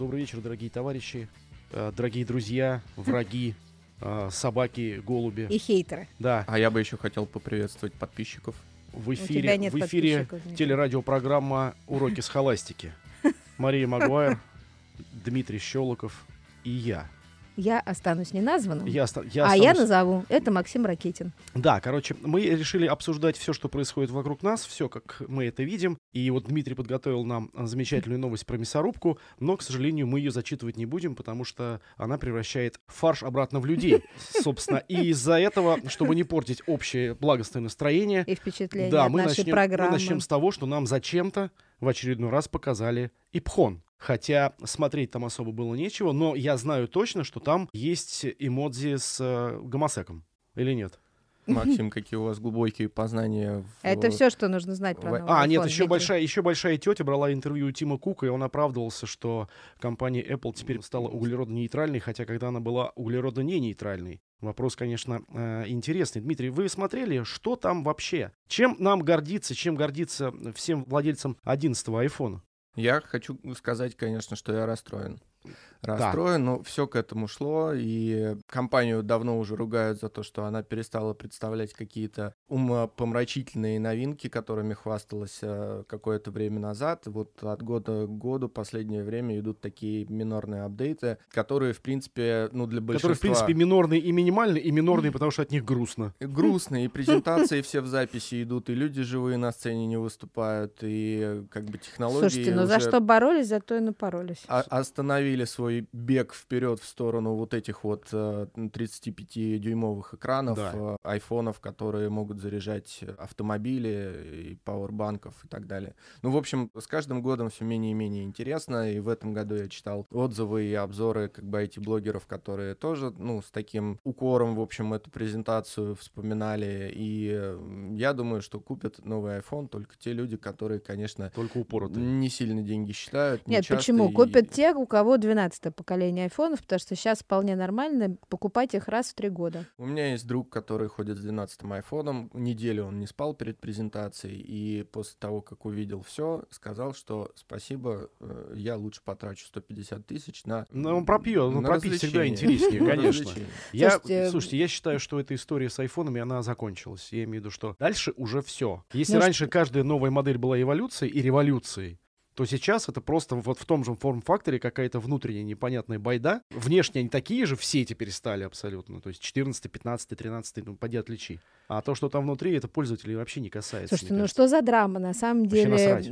Добрый вечер, дорогие товарищи, дорогие друзья, враги, собаки, голуби. И хейтеры. Да. А я бы еще хотел поприветствовать подписчиков. В тебя нет эфире подписчиков, телерадиопрограмма «Уроки схоластики». Мария Магуайр, Дмитрий Щелоков и я. Я останусь неназванным, Я я назову. Это Максим Ракитин. Да, короче, мы решили обсуждать все, что происходит вокруг нас, все, как мы это видим. И вот Дмитрий подготовил нам замечательную новость про мясорубку, но, к сожалению, мы ее зачитывать не будем, потому что она превращает фарш обратно в людей, собственно. И из-за этого, чтобы не портить общее благостное настроение, И впечатление да, от мы нашей начнем программы. с того, что нам зачем-то в очередной раз показали ипхон. Хотя смотреть там особо было нечего, но я знаю точно, что там есть эмодзи с гомосеком. Или нет? Максим, какие у вас глубокие познания. Это все, что нужно знать про новый iPhone, нет, Дмитрий. еще большая тетя брала интервью у Тима Кука, и он оправдывался, что компания Apple теперь стала углеродно-нейтральной, хотя когда она была углеродно-не-нейтральной. Вопрос, конечно, интересный. Дмитрий, вы смотрели, что там вообще? Чем нам гордиться, чем гордиться всем владельцам 11-го айфона? Я хочу сказать, конечно, что я расстроен. Да. Но все к этому шло, и компанию давно уже ругают за то, что она перестала представлять какие-то умопомрачительные новинки, которыми хвасталась какое-то время назад. Вот от года к году последнее время идут такие минорные апдейты, которые, в принципе, для большинства... Которые, в принципе, минорные и минимальные, и минорные, потому что от них грустно. Грустные, и презентации все в записи идут, и люди живые на сцене не выступают, и как бы технологии... Слушайте, за что боролись, за то и напоролись. Остановили свой бег вперед в сторону вот этих вот 35-дюймовых экранов, Да. айфонов, которые могут заряжать автомобили и пауэрбанков и так далее. В общем, с каждым годом все менее и менее интересно, и в этом году я читал отзывы и обзоры как бы IT-блогеров, которые тоже, с таким укором, в общем, эту презентацию вспоминали, и я думаю, что купят новый iPhone только те люди, которые, конечно, Только упоротые. не сильно деньги считают. Нет, почему? Купят те, у кого 12-е поколение айфонов, потому что сейчас вполне нормально покупать их раз в 3 года. У меня есть друг, который ходит с 12-м айфоном. Неделю он не спал перед презентацией, и после того, как увидел все, сказал, что спасибо, я лучше потрачу 150 тысяч на Он пропьет, пропить всегда интереснее, конечно. Слушайте, я считаю, что эта история с айфонами, она закончилась. Я имею в виду, что дальше уже все. Если раньше каждая новая модель была эволюцией и революцией, то сейчас это просто вот в том же форм-факторе какая-то внутренняя непонятная байда. Внешне они такие же, все теперь стали абсолютно. То есть 14, 15, 13, поди отличи. А то, что там внутри, это пользователей вообще не касается. Слушайте, что за драма? На самом деле... Насрать.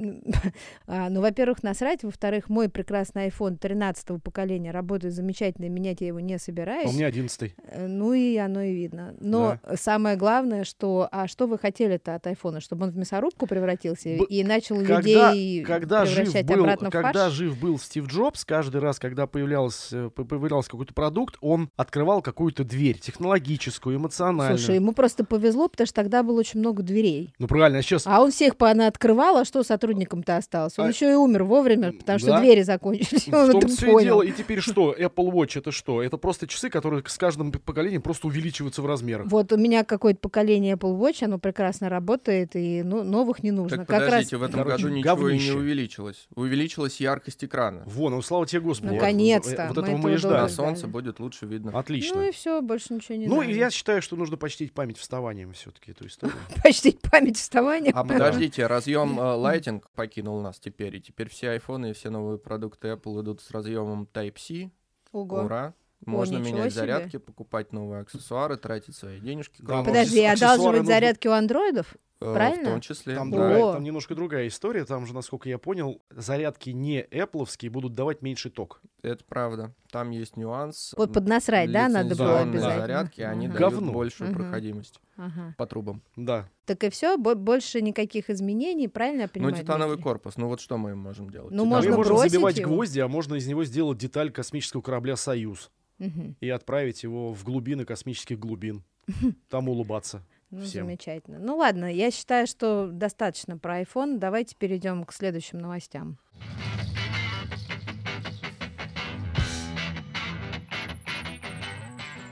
Во-первых, насрать. Во-вторых, мой прекрасный iPhone 13-го поколения работает замечательно, менять я его не собираюсь. А у меня 11-й. И оно и видно. Но самое главное, что вы хотели-то от айфона? Чтобы он в мясорубку превратился и начал людей превращать обратно в фарш? Когда жив был Стив Джобс, каждый раз, когда появлялся какой-то продукт, он открывал какую-то дверь технологическую, эмоциональную. Слушай, ему просто повезло, потому что тогда было очень много дверей. Правильно, сейчас... А он всех открывал, а что сотрудникам-то осталось? Он еще и умер вовремя, потому что двери закончились. В том все и дело. И теперь что? Apple Watch это что? Это просто часы, которые с каждым поколением просто увеличиваются в размерах. Вот у меня какое-то поколение Apple Watch, оно прекрасно работает, и новых не нужно. Так подождите, в этом году ничего и не увеличилось. Увеличилась яркость экрана. Слава тебе, Господи. Наконец-то. Вот этого мы и ждали. На солнце будет лучше видно. Отлично. И все, больше ничего не надо. И я считаю, что нужно почтить память вставанием все-таки эту историю. Почтить память вставания. А подождите, разъем Lightning покинул нас теперь, и теперь все айфоны и все новые продукты Apple идут с разъемом Type-C. Ого. Ура! Можно менять себе. зарядки, покупать новые аксессуары, тратить свои денежки. Подожди, одалживать зарядки у андроидов? Правильно? В том числе. Там немножко другая история. Там же, насколько я понял, зарядки не Apple'овские будут давать меньший ток. Это правда. Там есть нюанс. Вот поднасрать, да, надо было обязательно. Зарядки, они дают большую проходимость по трубам. Да. Так и все, больше никаких изменений, правильно я понимаю? Титановый корпус, вот что мы им можем делать? Можно забивать его. гвозди, а можно из него сделать деталь космического корабля «Союз» и отправить его в глубины космических глубин. Там улыбаться. Всем. Замечательно. Ладно, я считаю, что достаточно про iPhone. Давайте перейдем к следующим новостям.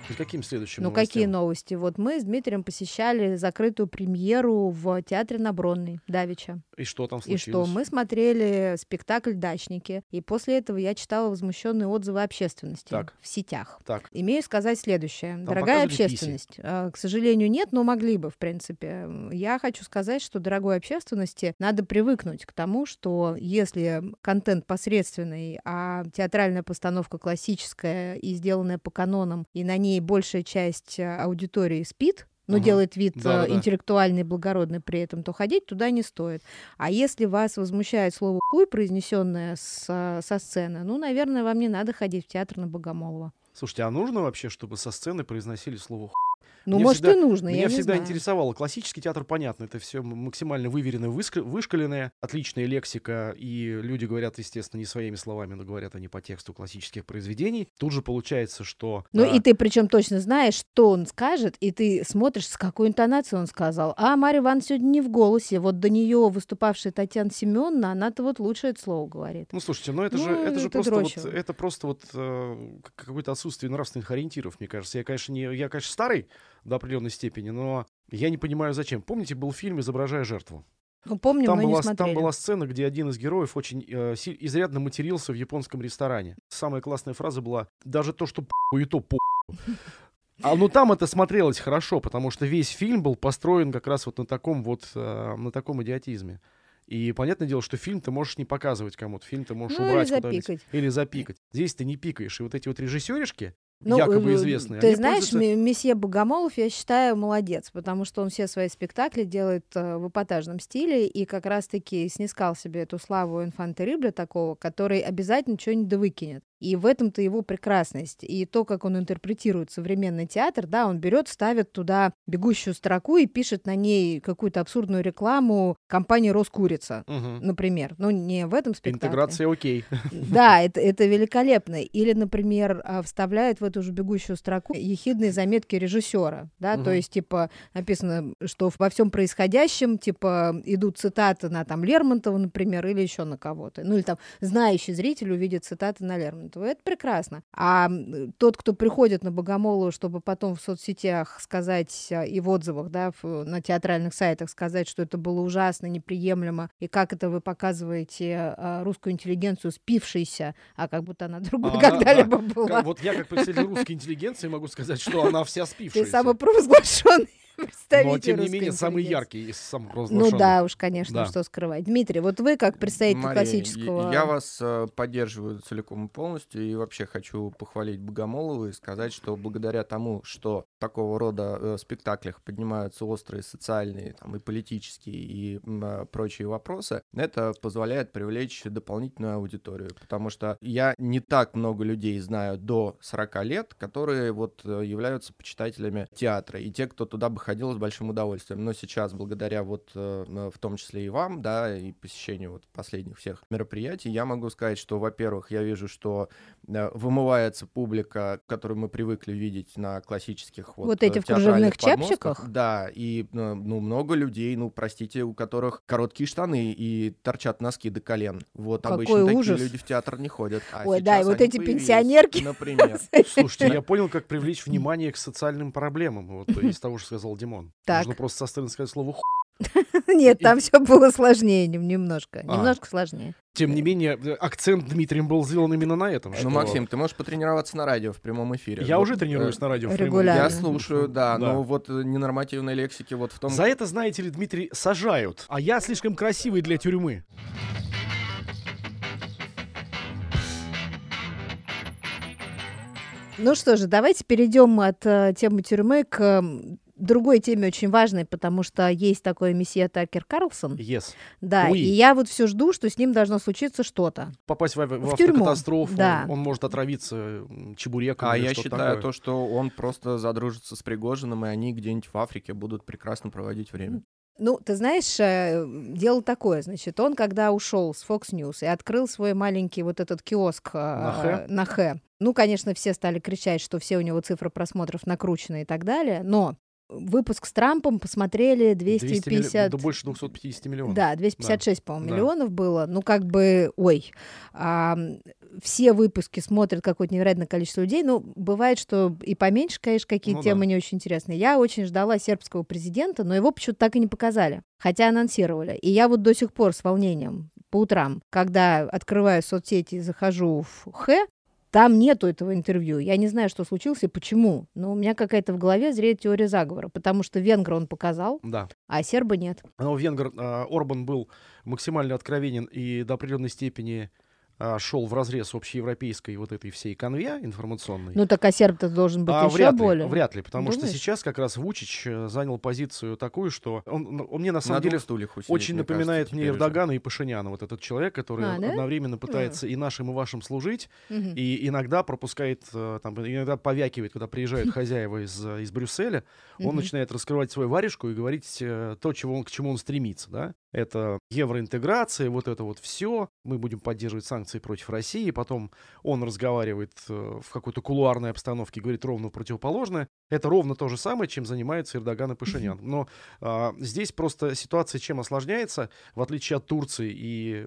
И каким следующим новостям? Какие новости? Вот мы с Дмитрием посещали закрытую премьеру в театре на Бронной давеча. И что там случилось? И что? Мы смотрели спектакль «Дачники», и после этого я читала возмущенные отзывы общественности в сетях. Имею сказать следующее. Там дорогая общественность, к сожалению, нет, но могли бы, в принципе. Я хочу сказать, что дорогой общественности надо привыкнуть к тому, что если контент посредственный, а театральная постановка классическая и сделанная по канонам, и на ней большая часть аудитории спит, но делает вид интеллектуальный, благородный при этом, то ходить туда не стоит. А если вас возмущает слово «хуй», произнесенное со сцены, ну, наверное, вам не надо ходить в театр на Богомолова. Слушайте, а нужно вообще, чтобы со сцены произносили слово «хуй»? Ну, может, и нужно, я не знаю. Меня всегда интересовало. Классический театр, понятно, это все максимально выверенное, вышкаленное, отличная лексика, и люди говорят, естественно, не своими словами, но говорят они по тексту классических произведений. Тут же получается, что... Ну, и ты причем точно знаешь, что он скажет, и ты смотришь, с какой интонацией он сказал. А Марья Ивановна сегодня не в голосе. Вот до нее выступавшая Татьяна Семеновна, она-то вот лучше это слово говорит. Ну, слушайте, это же просто какое-то отсутствие нравственных ориентиров, мне кажется. Я, конечно, старый до определенной степени, но я не понимаю, зачем. Помните, был фильм «Изображая жертву»? Ну, помню, но не смотрели. Там была сцена, где один из героев очень изрядно матерился в японском ресторане. Самая классная фраза была: «Даже то, что и то ну там это смотрелось хорошо, потому что весь фильм был построен как раз вот на таком идиотизме. И понятное дело, что фильм ты можешь не показывать кому-то, фильм ты можешь убрать куда-нибудь. Или запикать. Здесь ты не пикаешь. И вот эти вот режиссеришки, якобы известные. Ты знаешь, месье Богомолов, я считаю, молодец, потому что он все свои спектакли делает в эпатажном стиле и как раз-таки снискал себе эту славу инфантерибля такого, который обязательно что-нибудь довыкинет. И в этом-то его прекрасность. И то, как он интерпретирует современный театр, да, он берет, ставит туда бегущую строку и пишет на ней какую-то абсурдную рекламу компании «Роскурица», например. Ну, не в этом спектакле. Интеграция окей. Да, это великолепно. Или, например, вставляет в эту же бегущую строку ехидные заметки режиссера, да, то есть, типа, написано, что во всем происходящем, типа, идут цитаты на там Лермонтова, например, или еще на кого-то. Ну, или там знающий зритель увидит цитаты на Лермонтова. Это прекрасно. А тот, кто приходит на Богомолова, чтобы потом в соцсетях сказать и в отзывах, да, на театральных сайтах сказать, что это было ужасно, неприемлемо, и как это вы показываете русскую интеллигенцию спившейся, а как будто она другой когда-либо была. Вот я, как представитель русской интеллигенции, могу сказать, что она вся спившаяся. Ты самопровозглашенный. Но, тем не менее, самый яркий из самопровозглашенных. Ну да, уж, конечно, что скрывать. Дмитрий, вот вы как представитель классического... Я вас поддерживаю целиком и полностью, и вообще хочу похвалить Богомолова и сказать, что благодаря тому, что такого рода спектаклях поднимаются острые социальные там, и политические и прочие вопросы, это позволяет привлечь дополнительную аудиторию, потому что я не так много людей знаю до 40 лет, которые вот являются почитателями театра, и те, кто туда бы ходил с большим удовольствием. Но сейчас, благодаря вот в том числе и вам, да, и посещению вот последних всех мероприятий, я могу сказать, что, во-первых, я вижу, что вымывается публика, которую мы привыкли видеть на классических вот эти в кружевных чепчиках? Да, и много людей, простите, у которых короткие штаны и торчат носки до колен. Вот какой обычно ужас. Такие люди в театр не ходят. Ой, да, и вот эти пенсионерки. Например. Слушайте, я понял, как привлечь внимание к социальным проблемам. Вот из того, что сказал Димон. Нужно просто со сцены сказать слово «хуй». Нет, там все было сложнее немножко. Немножко сложнее. Тем не менее, акцент Дмитрием был сделан именно на этом. Ну, Максим, ты можешь потренироваться на радио в прямом эфире. Я уже тренируюсь на радио в прямом эфире. Я слушаю, да, но вот ненормативной лексики вот в том... За это, знаете ли, Дмитрий, сажают, а я слишком красивый для тюрьмы. Ну что же, давайте перейдем от темы тюрьмы к другой теме, очень важной, потому что есть такой месье Такер Карлсон. Yes. Да, и я вот все жду, что с ним должно случиться что-то. Попасть в тюрьму. Автокатастрофу, да. Он может отравиться чебуреком. А я считаю то, что он просто задружится с Пригожиным, и они где-нибудь в Африке будут прекрасно проводить время. Ну, ты знаешь, дело такое, значит, он когда ушел с Fox News и открыл свой маленький вот этот киоск на Хэ, ну, конечно, все стали кричать, что все у него цифры просмотров накручены и так далее, но выпуск с Трампом посмотрели 250... Да больше 250 миллионов. Да, 256, по-моему, миллионов было. Ну, как бы, все выпуски смотрят какое-то невероятное количество людей. Ну, бывает, что и поменьше, конечно, какие темы не очень интересные. Я очень ждала сербского президента, но его почему-то так и не показали. Хотя анонсировали. И я вот до сих пор с волнением по утрам, когда открываю соцсети и захожу в там нету этого интервью. Я не знаю, что случилось и почему. Но у меня какая-то в голове зреет теория заговора. Потому что венгра он показал, а серба нет. Но венгр Орбан был максимально откровенен и до определенной степени шел вразрез общеевропейской вот этой всей конве информационной. Ну так серб-то должен быть еще более. Вряд ли, потому что сейчас как раз Вучич занял позицию такую, что он мне на самом деле очень напоминает мне Эрдогана и Пашиняна. Вот этот человек, который одновременно пытается и нашим, и вашим служить, и иногда пропускает, иногда повякивает, когда приезжают хозяева из Брюсселя, он начинает раскрывать свою варежку и говорить то, к чему он стремится, да. Это евроинтеграция, вот это вот все. Мы будем поддерживать санкции против России. Потом он разговаривает в какой-то кулуарной обстановке, говорит ровно противоположное. Это ровно то же самое, чем занимаются Эрдоган и Пашинян. Но здесь просто ситуация чем осложняется, в отличие от Турции и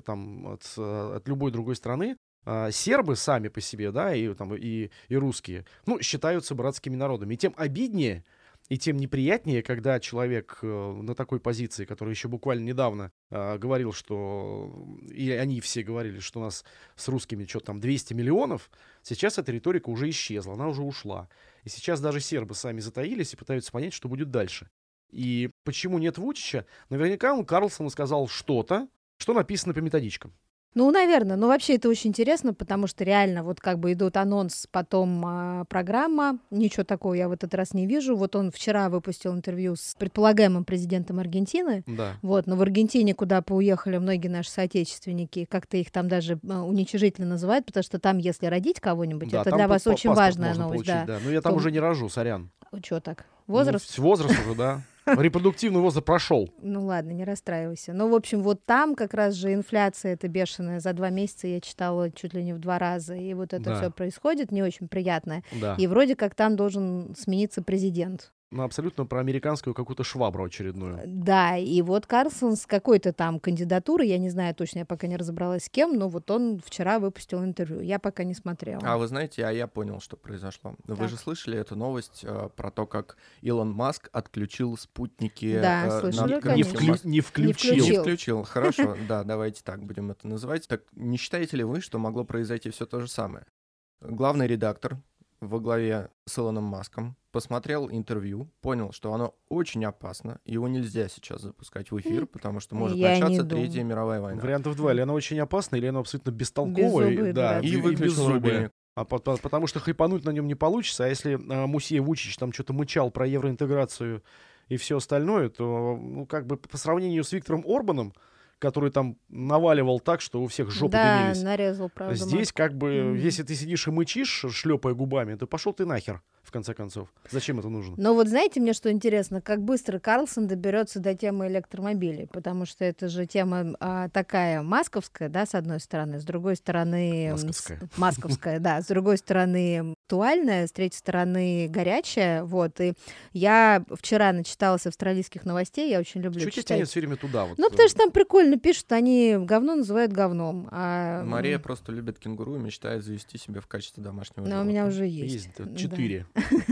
от любой другой страны. Сербы сами по себе, да, и русские, считаются братскими народами. И тем обиднее, и тем неприятнее, когда человек на такой позиции, который еще буквально недавно говорил, что... И они все говорили, что у нас с русскими что-то там 200 миллионов, сейчас эта риторика уже исчезла, она уже ушла. И сейчас даже сербы сами затаились и пытаются понять, что будет дальше. И почему нет Вучича? Наверняка Карлсон сказал что-то, что написано по методичкам. Ну, наверное. Но вообще это очень интересно, потому что реально вот как бы идут анонс, потом программа. Ничего такого я в этот раз не вижу. Вот он вчера выпустил интервью с предполагаемым президентом Аргентины. Да. Вот, но в Аргентине, куда поуехали многие наши соотечественники, как-то их там даже уничижительно называют, потому что там, если родить кого-нибудь, да, это для вас очень важная новость. Получить, да. Но я там уже не рожу, сорян. Что так? Возраст? Возраст уже, да. Репродуктивный возраст прошел. Ну ладно, не расстраивайся. Ну, в общем, вот там как раз же инфляция эта бешеная. За 2 месяца я читала чуть ли не в 2 раза. И вот это все происходит, не очень приятное. Да. И вроде как там должен смениться президент. Ну, абсолютно про американскую какую-то швабру очередную. Да, и вот Карлсон с какой-то там кандидатурой, я не знаю точно, я пока не разобралась с кем, но вот он вчера выпустил интервью, я пока не смотрела. А вы знаете, я понял, что произошло. Так. Вы же слышали эту новость про то, как Илон Маск отключил спутники? Да, слышали, конечно. Не включил. Хорошо, да, давайте так будем это называть. Так не считаете ли вы, что могло произойти все то же самое? Главный редактор во главе с Илоном Маском посмотрел интервью, понял, что оно очень опасно, его нельзя сейчас запускать в эфир, потому что может начаться Третья мировая война. Вариантов 2. Или оно очень опасно, или оно абсолютно бестолковое. И выключил рубильник. Потому что хайпануть на нем не получится, а если Мусей Вучич там что-то мычал про евроинтеграцию и все остальное, то как бы по сравнению с Виктором Орбаном, который там наваливал так, что у всех жопы дымились. Да, нарезал, правда. Здесь как бы, если ты сидишь и мычишь, шлепая губами, то пошел ты нахер, в конце концов. Зачем это нужно? Но вот знаете, мне что интересно, как быстро Карлсон доберется до темы электромобилей, потому что это же тема такая масковская, да, с одной стороны, с другой стороны... Масковская, да, с другой стороны актуальная, с третьей стороны горячая, вот, и я вчера начиталась австралийских новостей, я очень люблю читать. Чего тебя тянет все время туда? Вот? Ну, потому что там прикольно пишут, они говно называют говном. Мария просто любит кенгуру и мечтает завести себе в качестве домашнего животного. Но у меня уже есть. 4.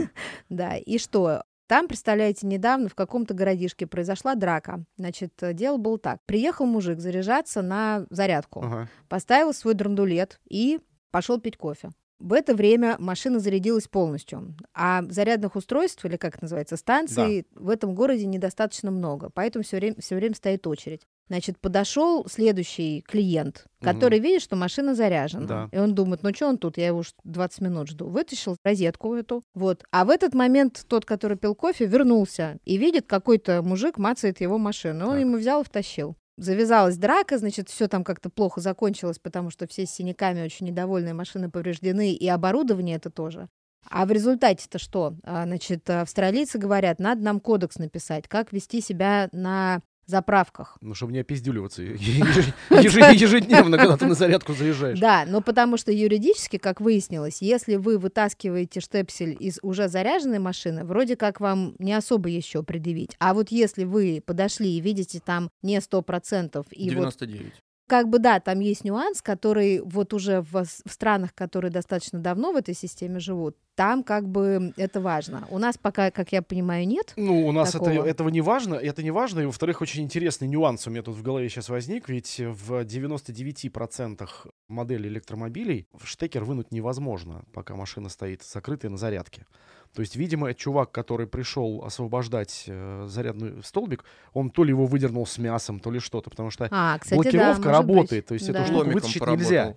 Да, и что? Там, представляете, недавно в каком-то городишке произошла драка. Значит, дело было так. Приехал мужик заряжаться на зарядку, поставил свой драндулет и пошел пить кофе. В это время машина зарядилась полностью, а зарядных устройств, или как это называется, станций, в этом городе недостаточно много, поэтому все время стоит очередь. Значит, подошел следующий клиент, который видит, что машина заряжена. Да. И он думает, ну что он тут, я его уж 20 минут жду. Вытащил розетку эту. Вот. А в этот момент тот, который пил кофе, вернулся и видит, какой-то мужик мацает его машину. Он ему взял и втащил. Завязалась драка, значит, все там как-то плохо закончилось, потому что все с синяками, очень недовольные, машины повреждены, и оборудование это тоже. А в результате-то что? Значит, австралийцы говорят, надо нам кодекс написать, как вести себя на заправках. Ну, чтобы не опиздюливаться ежедневно, когда ты на зарядку заезжаешь. Да, но потому что юридически, как выяснилось, если вы вытаскиваете штепсель из уже заряженной машины, вроде как вам не особо еще предъявить. А вот если вы подошли и видите там не 100%, и 99. Вот как бы да, там есть нюанс, который вот уже в странах, которые достаточно давно в этой системе живут, там как бы это важно. У нас пока, как я понимаю, нет. Ну, у нас этого не важно, это не важно. И, во-вторых, очень интересный нюанс у меня тут в голове сейчас возник, ведь в 99% моделей электромобилей штекер вынуть невозможно, пока машина стоит закрытая на зарядке. То есть, видимо, чувак, который пришел освобождать зарядный столбик, он то ли его выдернул с мясом, то ли что-то, потому что кстати, блокировка работает, то есть да. эту штуку вытащить нельзя.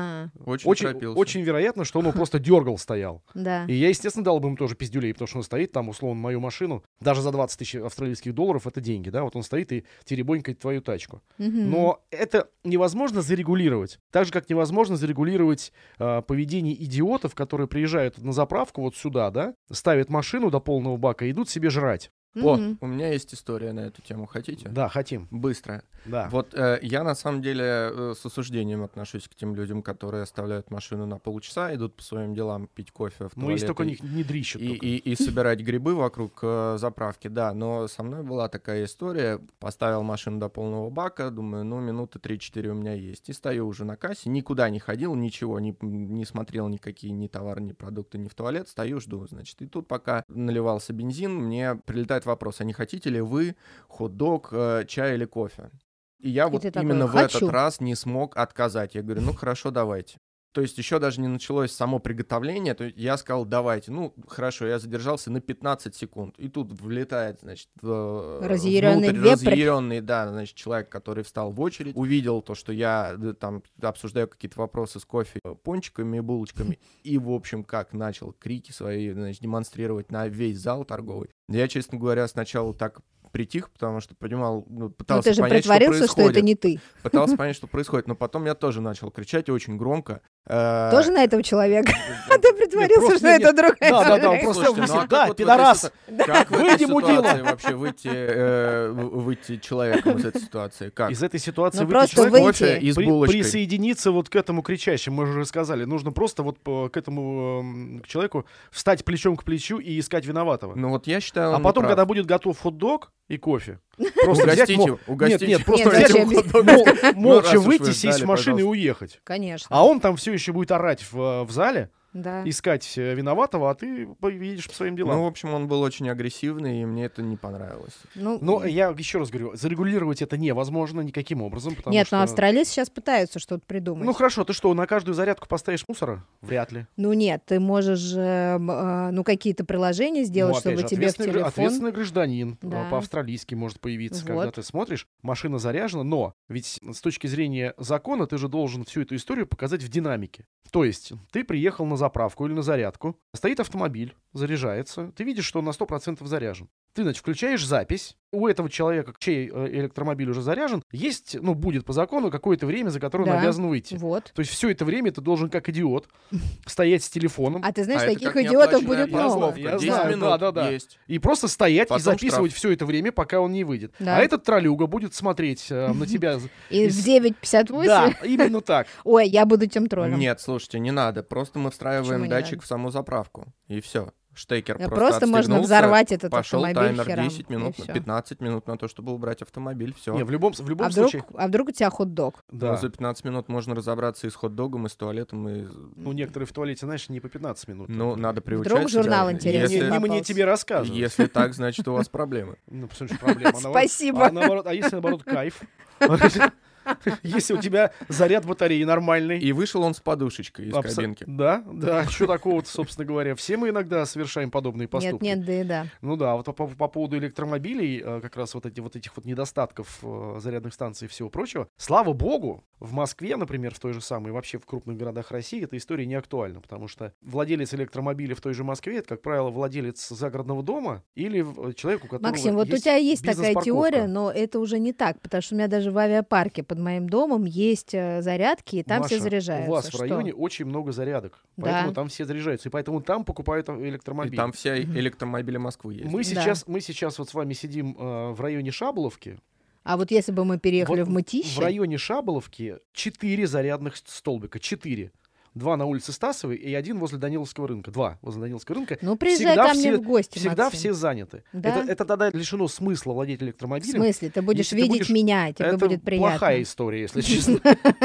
Очень вероятно, что он его просто дергал, стоял. Да. И я, естественно, дал бы ему тоже пиздюлей, потому что он стоит там, условно, мою машину, даже за 20 тысяч австралийских долларов это деньги, да, вот он стоит и теребонькает твою тачку. Но это невозможно зарегулировать. Так же, как невозможно зарегулировать поведение идиотов, которые приезжают на заправку вот сюда, да, ставят машину до полного бака и идут себе жрать. О, у меня есть история на эту тему. Хотите? Да, хотим. Быстро. Да. Вот я на самом деле с осуждением отношусь к тем людям, которые оставляют машину на полчаса, идут по своим делам пить кофе в туалет. Ну, если только не дрищут. И собирать грибы вокруг заправки, да. Но со мной была такая история. Поставил машину до полного бака, думаю, ну, минуты 3-4 у меня есть. И стою уже на кассе, никуда не ходил, ничего, не смотрел никакие ни товары, ни продукты, ни в туалет. Стою, жду, значит. И тут пока наливался бензин, мне прилетает вопрос, а не хотите ли вы хот-дог, чай или кофе? И я вот именно в этот раз не смог отказать. Я говорю, ну хорошо, давайте. То есть еще даже не началось само приготовление, то есть я сказал, давайте. Ну, хорошо, я задержался на 15 секунд. И тут влетает, значит, разъяренный, да, значит, человек, который встал в очередь, увидел то, что я там обсуждаю какие-то вопросы с кофе, пончиками и булочками. И, в общем, как начал крики свои, значит, демонстрировать на весь зал торговый. Я, честно говоря, сначала так притих, потому что понимал, пытался понять, что происходит. Ты же притворился, что это не ты. Пытался понять, что происходит, но потом я тоже начал кричать очень громко. Тоже на этого человека? А ты притворился, что это другая человек? Да, просто да, пидорас, выйди, мудила. Вообще выйти человеком из этой ситуации? Как? Из этой ситуации выйти человеком, присоединиться вот к этому кричащему, мы же сказали, нужно просто вот к этому человеку встать плечом к плечу и искать виноватого. Ну вот я считаю, а потом, когда будет готов хот-дог и кофе, просто угостить. Нет, просто молча выйти, сесть в машину и уехать. Конечно. А он там все еще будет орать в зале, да. Искать виноватого, а ты едешь по своим делам. Ну, в общем, он был очень агрессивный, и мне это не понравилось. Но я еще раз говорю, зарегулировать это невозможно никаким образом. Нет, но австралийцы сейчас пытаются что-то придумать. Ну хорошо, ты что, на каждую зарядку поставишь мусора? Вряд ли. Ну нет, ты можешь какие-то приложения сделать, чтобы тебе в телефон... Ответственный гражданин по-австралийски может появиться, когда ты смотришь, машина заряжена, но ведь с точки зрения закона ты же должен всю эту историю показать в динамике. То есть ты приехал на заправку или на зарядку, стоит автомобиль, заряжается, ты видишь, что он на 100% заряжен. Ты, значит, включаешь запись, у этого человека, чей электромобиль уже заряжен, есть, будет по закону какое-то время, за которое он обязан выйти. Вот. То есть все это время ты должен, как идиот, стоять с телефоном. А ты знаешь, таких идиотов будет много. Я знаю, да. И просто стоять и записывать все это время, пока он не выйдет. Да. А этот троллюга будет смотреть на тебя. И в 9:58? Да, именно так. Ой, я буду тем троллем. Нет, слушайте, не надо. Просто мы встраиваем датчик в саму заправку. И все. Штекер просто можно взорвать этот пошел автомобиль. Пошел таймер 10 минут, 15 минут на то, чтобы убрать автомобиль, все. Не, в любом случае... А вдруг у тебя хот-дог? Да. Ну, за 15 минут можно разобраться и с хот-догом, и с туалетом, и... Ну, некоторые в туалете, знаешь, не по 15 минут. Ну, надо приучать Вдруг журнал интересный Не мне тебе рассказывать. Если так, значит, у вас проблемы. Ну, потому что проблема. Спасибо. А если, наоборот, кайф? Если у тебя заряд батареи нормальный. И вышел он с подушечкой из кабинки. Да. Что такого-то, собственно говоря. Все мы иногда совершаем подобные поступки. Нет. Ну да, вот по поводу электромобилей, как раз вот этих недостатков зарядных станций и всего прочего. Слава богу, в Москве, например, в той же самой, вообще в крупных городах России, эта история не актуальна, потому что владелец электромобиля в той же Москве, это, как правило, владелец загородного дома или человек, у которого Максим, вот у тебя есть такая теория, но это уже не так, потому что у меня даже в авиапарке под моим домом есть зарядки, и там Маша, все заряжаются. У вас в районе очень много зарядок, поэтому там все заряжаются, и поэтому там покупают электромобили. И там все электромобили Москвы есть. Мы сейчас вот с вами сидим в районе Шаболовки. А вот если бы мы переехали в Мытищи... В районе Шаболовки 4 зарядных столбика. 4. 2 на улице Стасовой и 1 возле Даниловского рынка. 2 возле Даниловского рынка. Ну, приезжай ко мне в гости, Всегда Максим. все заняты. Да? Это тогда лишено смысла владеть электромобилем. В смысле? Ты будешь видеть меня, тебе будет приятно. Это плохая история, если честно.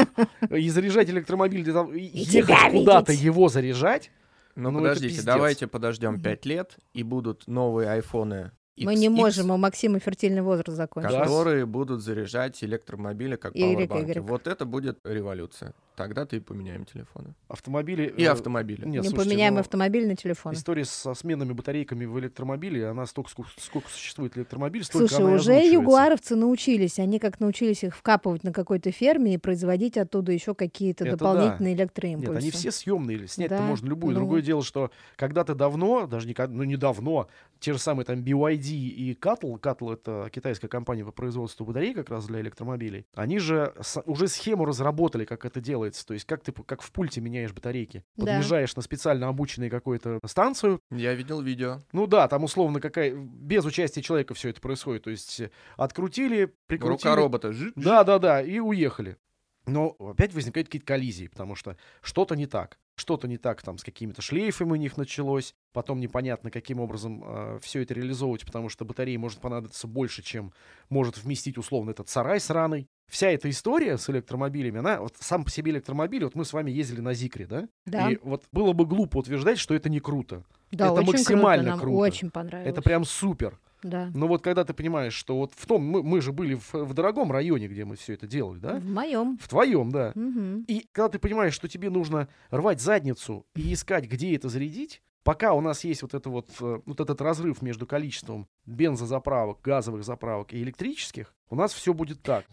И заряжать электромобиль, ехать куда-то его заряжать. Ну, подождите, давайте подождем 5 лет, и будут новые айфоны XX, мы не можем, у Максима фертильный возраст закончился. Которые будут заряжать электромобили как пауэрбанки. Вот это будет революция. Тогда-то и поменяем телефоны. Автомобили... И автомобили. Нет, слушайте, поменяем автомобиль на телефон. История со сменными батарейками в электромобиле, она столько, сколько существует электромобиль, столько слушай, она уже ягуаровцы научились. Они как научились их вкапывать на какой-то ферме и производить оттуда еще какие-то дополнительные электроимпульсы. Нет, они все съемные. Снять-то можно любую. Другое дело, что когда-то давно, даже недавно, те же самые там BYD и Cattle, Cattle — это китайская компания по производству батарей как раз для электромобилей, они же уже схему разработали, как это делается. То есть как ты как в пульте меняешь батарейки. Подъезжаешь на специально обученную какую-то станцию. Я видел видео. Ну да, там условно без участия человека все это происходит. То есть открутили, прикрутили. Рука робота. Да, и уехали. Но опять возникают какие-то коллизии, потому что что-то не так. Что-то не так там с какими-то шлейфами у них началось. Потом непонятно, каким образом все это реализовывать, потому что батареи может понадобиться больше, чем может вместить условно этот сарай сраный. Вся эта история с электромобилями, она вот сам по себе электромобиль, вот мы с вами ездили на Зикре, да? Да. И вот было бы глупо утверждать, что это не круто. Да, это очень максимально круто. Очень понравилось. Это прям супер. Да. Но вот когда ты понимаешь, что вот в том, мы же были в дорогом районе, где мы все это делали, да? В моем. В твоем, да. Угу. И когда ты понимаешь, что тебе нужно рвать задницу и искать, где это зарядить, пока у нас есть вот этот разрыв между количеством бензозаправок, газовых заправок и электрических, у нас все будет так.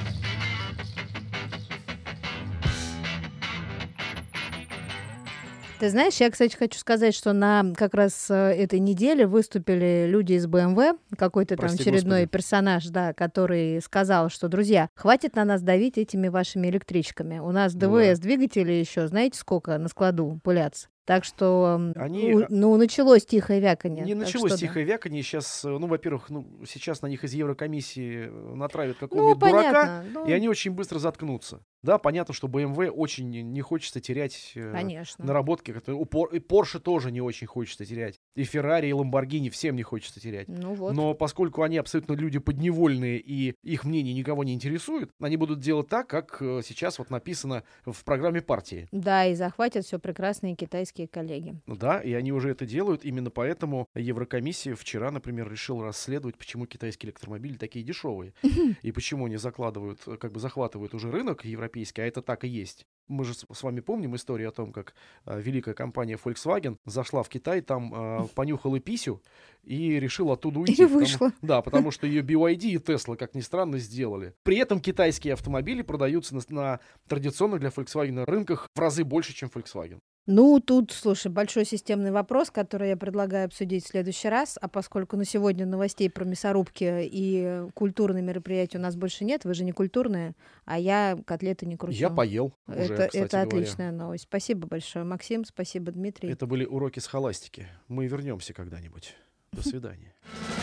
Ты знаешь, я, кстати, хочу сказать, что на как раз этой неделе выступили люди из BMW, какой-то там очередной персонаж, да, который сказал, что, друзья, хватит на нас давить этими вашими электричками. У нас ДВС-двигатели еще, знаете, сколько на складу пылятся? Так что, началось тихое вяканье. Не началось тихое вяканье. Сейчас, во-первых, сейчас на них из Еврокомиссии натравят какого-нибудь дурака, и они очень быстро заткнутся. Да, понятно, что BMW очень не хочется терять наработки. И Porsche тоже не очень хочется терять. И Ferrari, и Lamborghini всем не хочется терять. Но поскольку они абсолютно люди подневольные, и их мнение никого не интересует, они будут делать так, как сейчас вот написано в программе партии. Да, и захватят все прекрасные китайские коллеги. Да, и они уже это делают. Именно поэтому Еврокомиссия вчера, например, решила расследовать, почему китайские электромобили такие дешевые. И почему они захватывают уже рынок европейский, а это так и есть. Мы же с вами помним историю о том, как великая компания Volkswagen зашла в Китай, там понюхала писю и решила оттуда уйти. И вышла. Потому что ее BYD и Tesla, как ни странно, сделали. При этом китайские автомобили продаются на традиционных для Volkswagen рынках в разы больше, чем Volkswagen. Тут, слушай, большой системный вопрос, который я предлагаю обсудить в следующий раз. А поскольку на сегодня новостей про мясорубки и культурные мероприятия у нас больше нет, вы же не культурные, а я котлеты не кручу. Я поел уже, это отличная новость. Спасибо большое, Максим, спасибо, Дмитрий. Это были уроки схоластики. Мы вернемся когда-нибудь. До свидания.